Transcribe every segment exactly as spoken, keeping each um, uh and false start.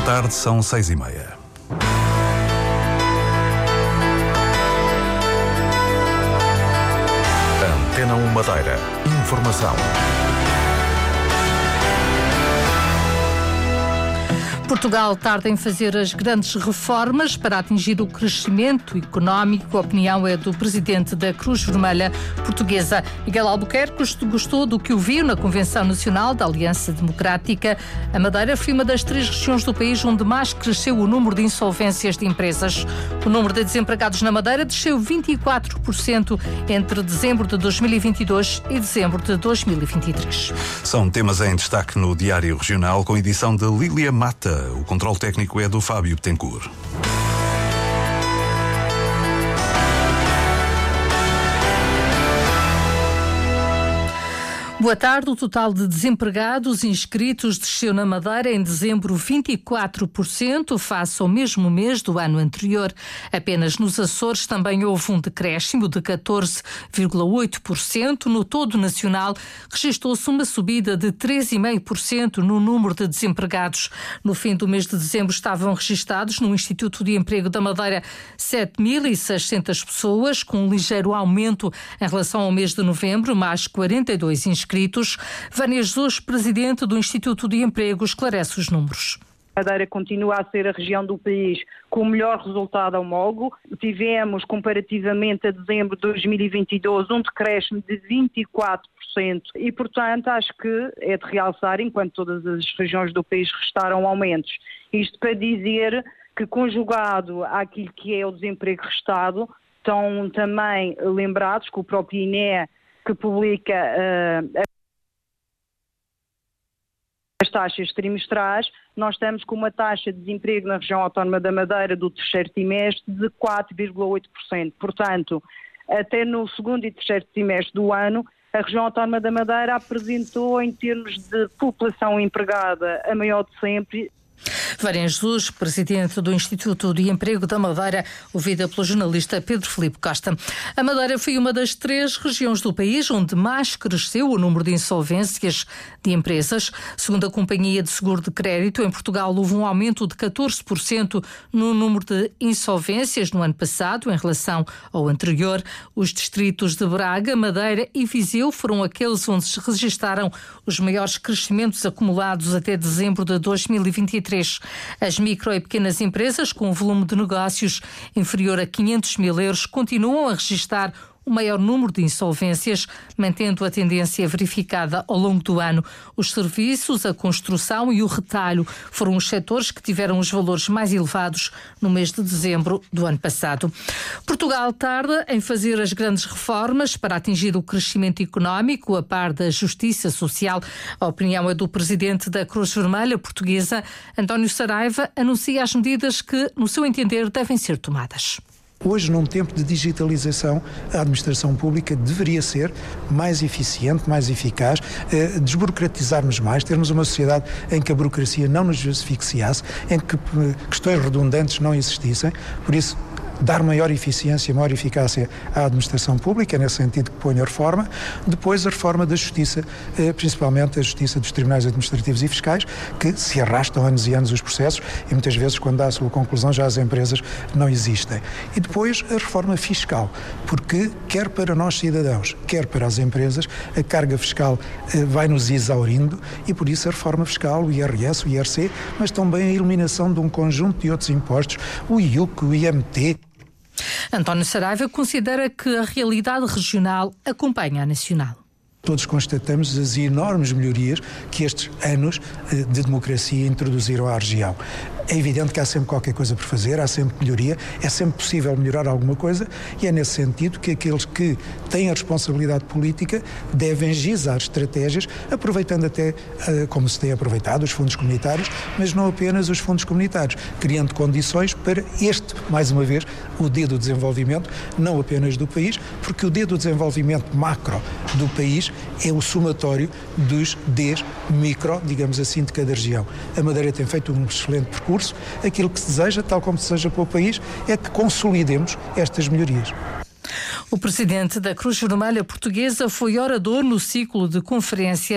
tarde, são seis e meia. Antena um Madeira. Informação. Portugal tarda em fazer as grandes reformas para atingir o crescimento económico. A opinião é do presidente da Cruz Vermelha Portuguesa. Miguel Albuquerque gostou do que ouviu na Convenção Nacional da Aliança Democrática. A Madeira foi uma das três regiões do país onde mais cresceu o número de insolvências de empresas. O número de desempregados na Madeira desceu vinte e quatro por cento entre dezembro de dois mil e vinte e dois e dezembro de dois mil e vinte e três. São temas em destaque no Diário Regional, com edição de Lília Mata. O controle técnico é do Fábio Betancourt. Boa tarde. O total de desempregados inscritos desceu na Madeira em dezembro vinte e quatro por cento face ao mesmo mês do ano anterior. Apenas nos Açores também houve um decréscimo de catorze vírgula oito por cento. No todo nacional, registrou-se uma subida de três vírgula cinco por cento no número de desempregados. No fim do mês de dezembro estavam registados no Instituto de Emprego da Madeira sete mil e seiscentas pessoas, com um ligeiro aumento em relação ao mês de novembro, mais quarenta e dois inscritos. Vânia Jesus, presidente do Instituto de Emprego, esclarece os números. A Madeira continua a ser a região do país com o melhor resultado homólogo. Tivemos, comparativamente a dezembro de dois mil e vinte e dois, um decréscimo de vinte e quatro por cento e, portanto, acho que é de realçar, enquanto todas as regiões do país registaram aumentos. Isto para dizer que, conjugado àquilo que é o desemprego restado, estão também lembrados que o próprio I N E, que publica uh, as taxas trimestrais, nós estamos com uma taxa de desemprego na região autónoma da Madeira do terceiro trimestre de quatro vírgula oito por cento. Portanto, até no segundo e terceiro trimestre do ano, a região autónoma da Madeira apresentou, em termos de população empregada, a maior de sempre. Vânia Jesus, presidente do Instituto de Emprego da Madeira, ouvida pelo jornalista Pedro Filipe Costa. A Madeira foi uma das três regiões do país onde mais cresceu o número de insolvências de empresas. Segundo a Companhia de Seguro de Crédito, em Portugal houve um aumento de catorze por cento no número de insolvências no ano passado, em relação ao anterior. Os distritos de Braga, Madeira e Viseu foram aqueles onde se registaram os maiores crescimentos acumulados até dezembro de dois mil e vinte e três. As micro e pequenas empresas com um volume de negócios inferior a quinhentos mil euros continuam a registrar o maior número de insolvências, mantendo a tendência verificada ao longo do ano. Os serviços, a construção e o retalho foram os setores que tiveram os valores mais elevados no mês de dezembro do ano passado. Portugal tarda em fazer as grandes reformas para atingir o crescimento económico a par da justiça social. A opinião é do presidente da Cruz Vermelha Portuguesa. António Saraiva anuncia as medidas que, no seu entender, devem ser tomadas. Hoje, num tempo de digitalização, a administração pública deveria ser mais eficiente, mais eficaz, eh, desburocratizarmos mais, termos uma sociedade em que a burocracia não nos asfixiasse, em que eh, questões redundantes não existissem. Por isso, dar maior eficiência, maior eficácia à administração pública, é nesse sentido que ponho a reforma. Depois a reforma da justiça, principalmente a justiça dos tribunais administrativos e fiscais, que se arrastam anos e anos os processos e muitas vezes, quando dá a sua conclusão, já as empresas não existem. E depois a reforma fiscal, porque quer para nós cidadãos, quer para as empresas, a carga fiscal vai nos exaurindo e por isso a reforma fiscal, o I R S, o I R C, mas também a eliminação de um conjunto de outros impostos, o I U C, o I M T. António Saraiva considera que a realidade regional acompanha a nacional. Todos constatamos as enormes melhorias que estes anos de democracia introduziram à região. É evidente que há sempre qualquer coisa por fazer, há sempre melhoria, é sempre possível melhorar alguma coisa e é nesse sentido que aqueles que têm a responsabilidade política devem gizar estratégias, aproveitando até, como se tem aproveitado, os fundos comunitários, mas não apenas os fundos comunitários, criando condições para este, mais uma vez, o D do desenvolvimento, não apenas do país, porque o D do desenvolvimento macro do país é o somatório dos Ds micro, digamos assim, de cada região. A Madeira tem feito um excelente percurso. Aquilo que se deseja, tal como se deseja para o país, é que consolidemos estas melhorias. O presidente da Cruz Vermelha Portuguesa foi orador no ciclo de conferências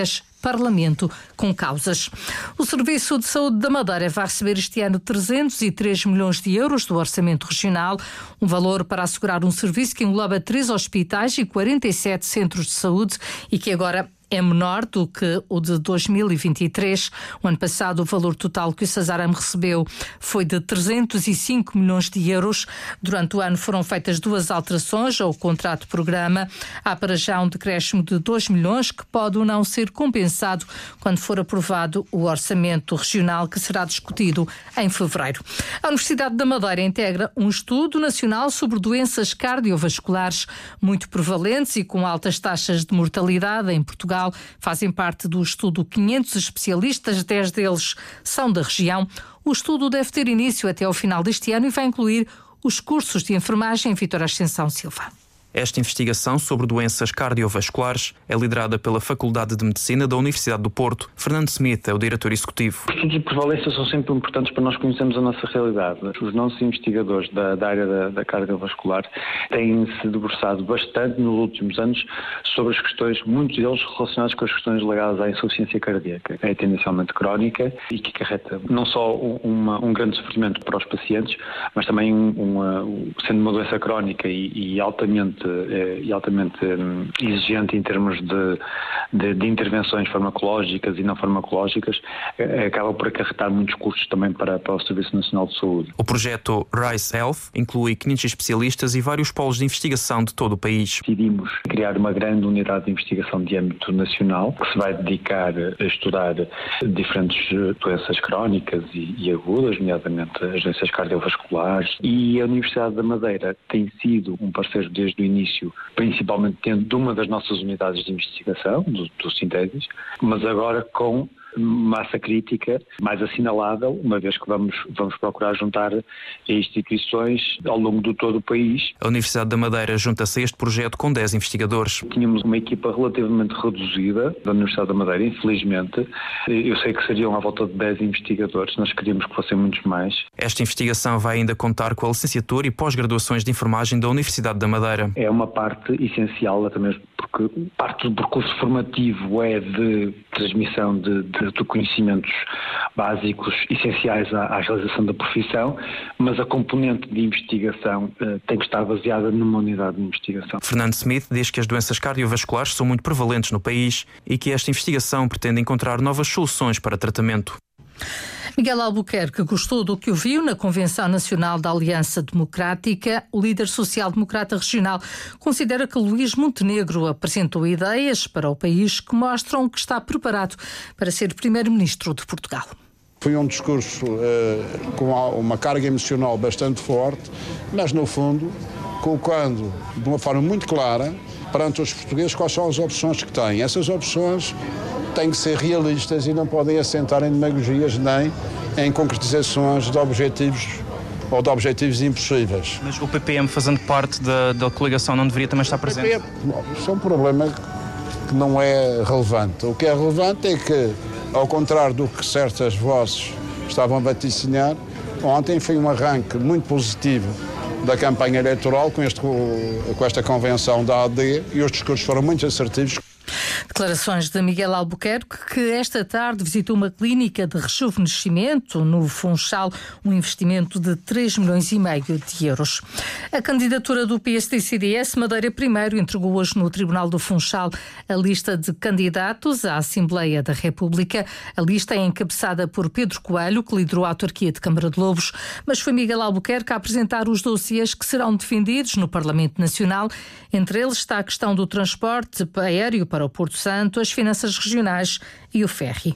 Parlamento com causas. O Serviço de Saúde da Madeira vai receber este ano trezentos e três milhões de euros do Orçamento Regional, um valor para assegurar um serviço que engloba três hospitais e quarenta e sete centros de saúde e que agora é menor do que o de dois mil e vinte e três. O ano passado, o valor total que o Sazarame recebeu foi de trezentos e cinco milhões de euros. Durante o ano foram feitas duas alterações ao contrato-programa. Há para já um decréscimo de dois milhões que pode ou não ser compensado quando for aprovado o orçamento regional, que será discutido em fevereiro. A Universidade da Madeira integra um estudo nacional sobre doenças cardiovasculares muito prevalentes e com altas taxas de mortalidade em Portugal. Fazem parte do estudo quinhentos especialistas, dez deles são da região. O estudo deve ter início até ao final deste ano e vai incluir os cursos de enfermagem. Vítor Ascensão Silva. Esta investigação sobre doenças cardiovasculares é liderada pela Faculdade de Medicina da Universidade do Porto. Fernando Smith é o diretor executivo. Os estudos de prevalência são sempre importantes para nós conhecermos a nossa realidade. Os nossos investigadores da, da área da, da cardiovascular têm-se debruçado bastante nos últimos anos sobre as questões, muitos deles relacionados com as questões ligadas à insuficiência cardíaca, que é tendencialmente crónica e que acarreta não só uma, um grande sofrimento para os pacientes, mas também uma, sendo uma doença crónica e, e altamente e altamente exigente em termos de, de, de intervenções farmacológicas e não farmacológicas, acaba por acarretar muitos custos também para, para o Serviço Nacional de Saúde. O projeto RISE Health inclui quinhentos especialistas e vários polos de investigação de todo o país. Decidimos criar uma grande unidade de investigação de âmbito nacional que se vai dedicar a estudar diferentes doenças crónicas e, e agudas, nomeadamente as doenças cardiovasculares, e a Universidade da Madeira tem sido um parceiro desde o início, principalmente dentro de uma das nossas unidades de investigação, do, do Sintesis, mas agora com massa crítica mais assinalável, uma vez que vamos, vamos procurar juntar instituições ao longo de todo o país. A Universidade da Madeira junta-se a este projeto com dez investigadores. Tínhamos uma equipa relativamente reduzida da Universidade da Madeira, infelizmente. Eu sei que seriam à volta de dez investigadores, nós queríamos que fossem muitos mais. Esta investigação vai ainda contar com a licenciatura e pós-graduações de enfermagem da Universidade da Madeira. É uma parte essencial, até mesmo porque parte do percurso formativo é de transmissão de, de, de conhecimentos básicos essenciais à, à realização da profissão, mas a componente de investigação uh, tem que estar baseada numa unidade de investigação. Fernando Smith diz que as doenças cardiovasculares são muito prevalentes no país e que esta investigação pretende encontrar novas soluções para tratamento. Miguel Albuquerque gostou do que ouviu na Convenção Nacional da Aliança Democrática. O líder social-democrata regional considera que Luís Montenegro apresentou ideias para o país que mostram que está preparado para ser primeiro-ministro de Portugal. Foi um discurso eh, com uma carga emocional bastante forte, mas no fundo colocando de uma forma muito clara perante os portugueses quais são as opções que têm. Essas opções têm que ser realistas e não podem assentar em demagogias nem em concretizações de objetivos ou de objetivos impossíveis. Mas o P P M, fazendo parte da, da coligação, não deveria também estar presente? P P M, isso é um problema que não é relevante. O que é relevante é que, ao contrário do que certas vozes estavam a vaticinar, ontem foi um arranque muito positivo da campanha eleitoral com, este, com esta convenção da A D e os discursos foram muito assertivos. Declarações de Miguel Albuquerque, que esta tarde visitou uma clínica de rejuvenescimento no Funchal, um investimento de três milhões e meio de euros. A candidatura do P S D C D S Madeira Primeiro entregou hoje no Tribunal do Funchal a lista de candidatos à Assembleia da República. A lista é encabeçada por Pedro Coelho, que liderou a autarquia de Câmara de Lobos, mas foi Miguel Albuquerque a apresentar os dossiês que serão defendidos no Parlamento Nacional. Entre eles está a questão do transporte aéreo para o Porto Santo, as finanças regionais e o ferry.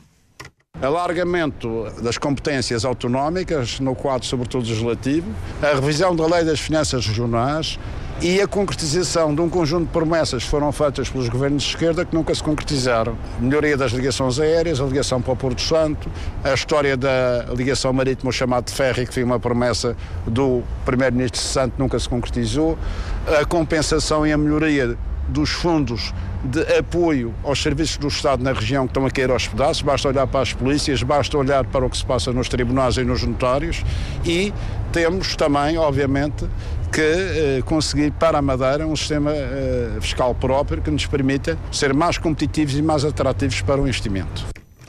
Alargamento das competências autonómicas no quadro sobretudo legislativo, a revisão da lei das finanças regionais e a concretização de um conjunto de promessas que foram feitas pelos governos de esquerda que nunca se concretizaram. A melhoria das ligações aéreas, a ligação para o Porto Santo, a história da ligação marítima, o chamado ferry, que foi uma promessa do primeiro-ministro Santos, nunca se concretizou, a compensação e a melhoria dos fundos de apoio aos serviços do Estado na região que estão a cair aos pedaços. Basta olhar para as polícias, basta olhar para o que se passa nos tribunais e nos notários, e temos também, obviamente, que eh, conseguir para a Madeira um sistema eh, fiscal próprio que nos permita ser mais competitivos e mais atrativos para o investimento.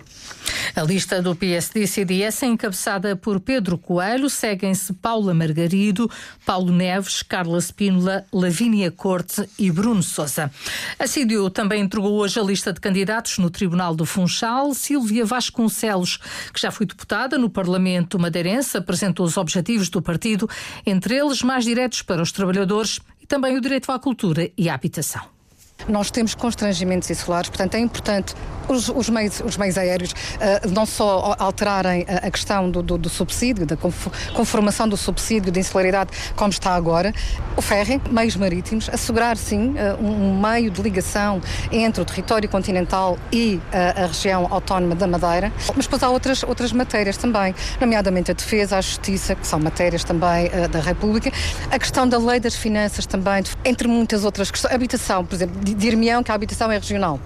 A lista do P S D C D S é encabeçada por Pedro Coelho, seguem-se Paula Margarido, Paulo Neves, Carla Spínola, Lavínia Corte e Bruno Sousa. A C D U também entregou hoje a lista de candidatos no Tribunal do Funchal. Sílvia Vasconcelos, que já foi deputada no Parlamento madeirense, apresentou os objetivos do partido, entre eles mais direitos para os trabalhadores e também o direito à cultura e à habitação. Nós temos constrangimentos insulares, portanto é importante os, os, meios, os meios aéreos uh, não só alterarem a, a questão do, do, do subsídio, da conformação do subsídio de insularidade como está agora, o ferry, meios marítimos, assegurar sim uh, um, um meio de ligação entre o território continental e uh, a região autónoma da Madeira, mas depois há outras, outras matérias também, nomeadamente a defesa, a justiça, que são matérias também uh, da República, a questão da lei das finanças também, entre muitas outras questões, habitação, por exemplo, dir-me-ão que a habitação é regional.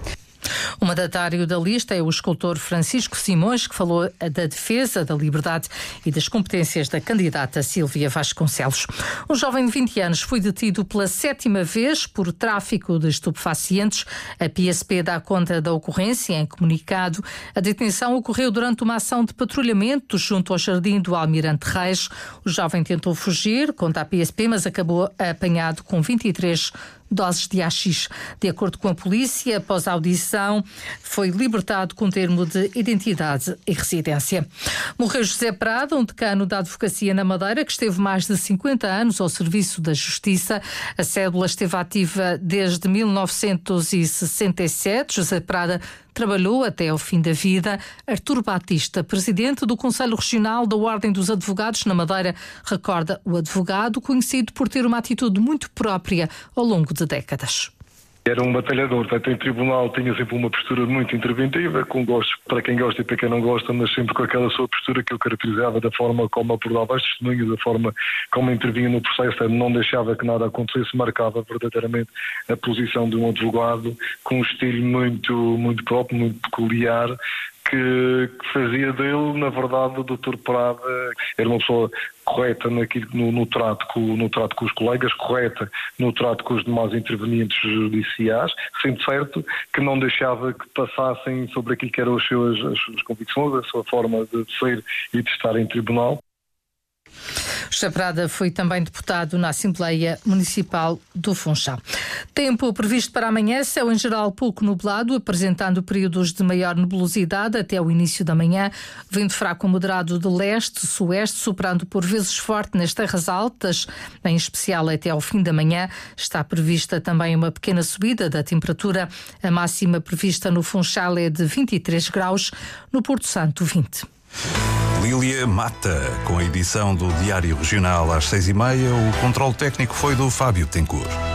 O mandatário da lista é o escultor Francisco Simões, que falou da defesa da liberdade e das competências da candidata Sílvia Vasconcelos. Um jovem de vinte anos foi detido pela sétima vez por tráfico de estupefacientes. A P S P dá conta da ocorrência em comunicado. A detenção ocorreu durante uma ação de patrulhamento junto ao jardim do Almirante Reis. O jovem tentou fugir, conta a P S P, mas acabou apanhado com vinte e três doses de haxixe. De acordo com a polícia, após a audição, foi libertado com termo de identidade e residência. Morreu José Prada, um decano da advocacia na Madeira, que esteve mais de cinquenta anos ao serviço da Justiça. A cédula esteve ativa desde mil novecentos e sessenta e sete. José Prada trabalhou até ao fim da vida. Artur Batista, presidente do Conselho Regional da Ordem dos Advogados na Madeira, recorda o advogado conhecido por ter uma atitude muito própria ao longo de décadas. Era um batalhador, portanto, em tribunal tinha sempre uma postura muito interventiva, com gostos para quem gosta e para quem não gosta, mas sempre com aquela sua postura que o caracterizava, da forma como abordava as testemunhas, da forma como intervinha no processo, não deixava que nada acontecesse, marcava verdadeiramente a posição de um advogado com um estilo muito, muito próprio, muito peculiar, que, que fazia dele, na verdade, o doutor Prada era uma pessoa correta naquilo, no, no, trato com, no trato com os colegas, correta no trato com os demais intervenientes judiciais, sendo certo que não deixava que passassem sobre aquilo que eram as suas, as suas convicções, a sua forma de ser e de estar em tribunal. José Prada foi também deputado na Assembleia Municipal do Funchal. Tempo previsto para amanhã, céu em geral pouco nublado, apresentando períodos de maior nebulosidade até o início da manhã. Vento fraco moderado de leste-sueste, soprando por vezes forte nas terras altas, em especial até ao fim da manhã. Está prevista também uma pequena subida da temperatura. A máxima prevista no Funchal é de vinte e três graus, no Porto Santo vinte. Lília Mata, com a edição do Diário Regional às seis e meia. O controle técnico foi do Fábio Tencourt.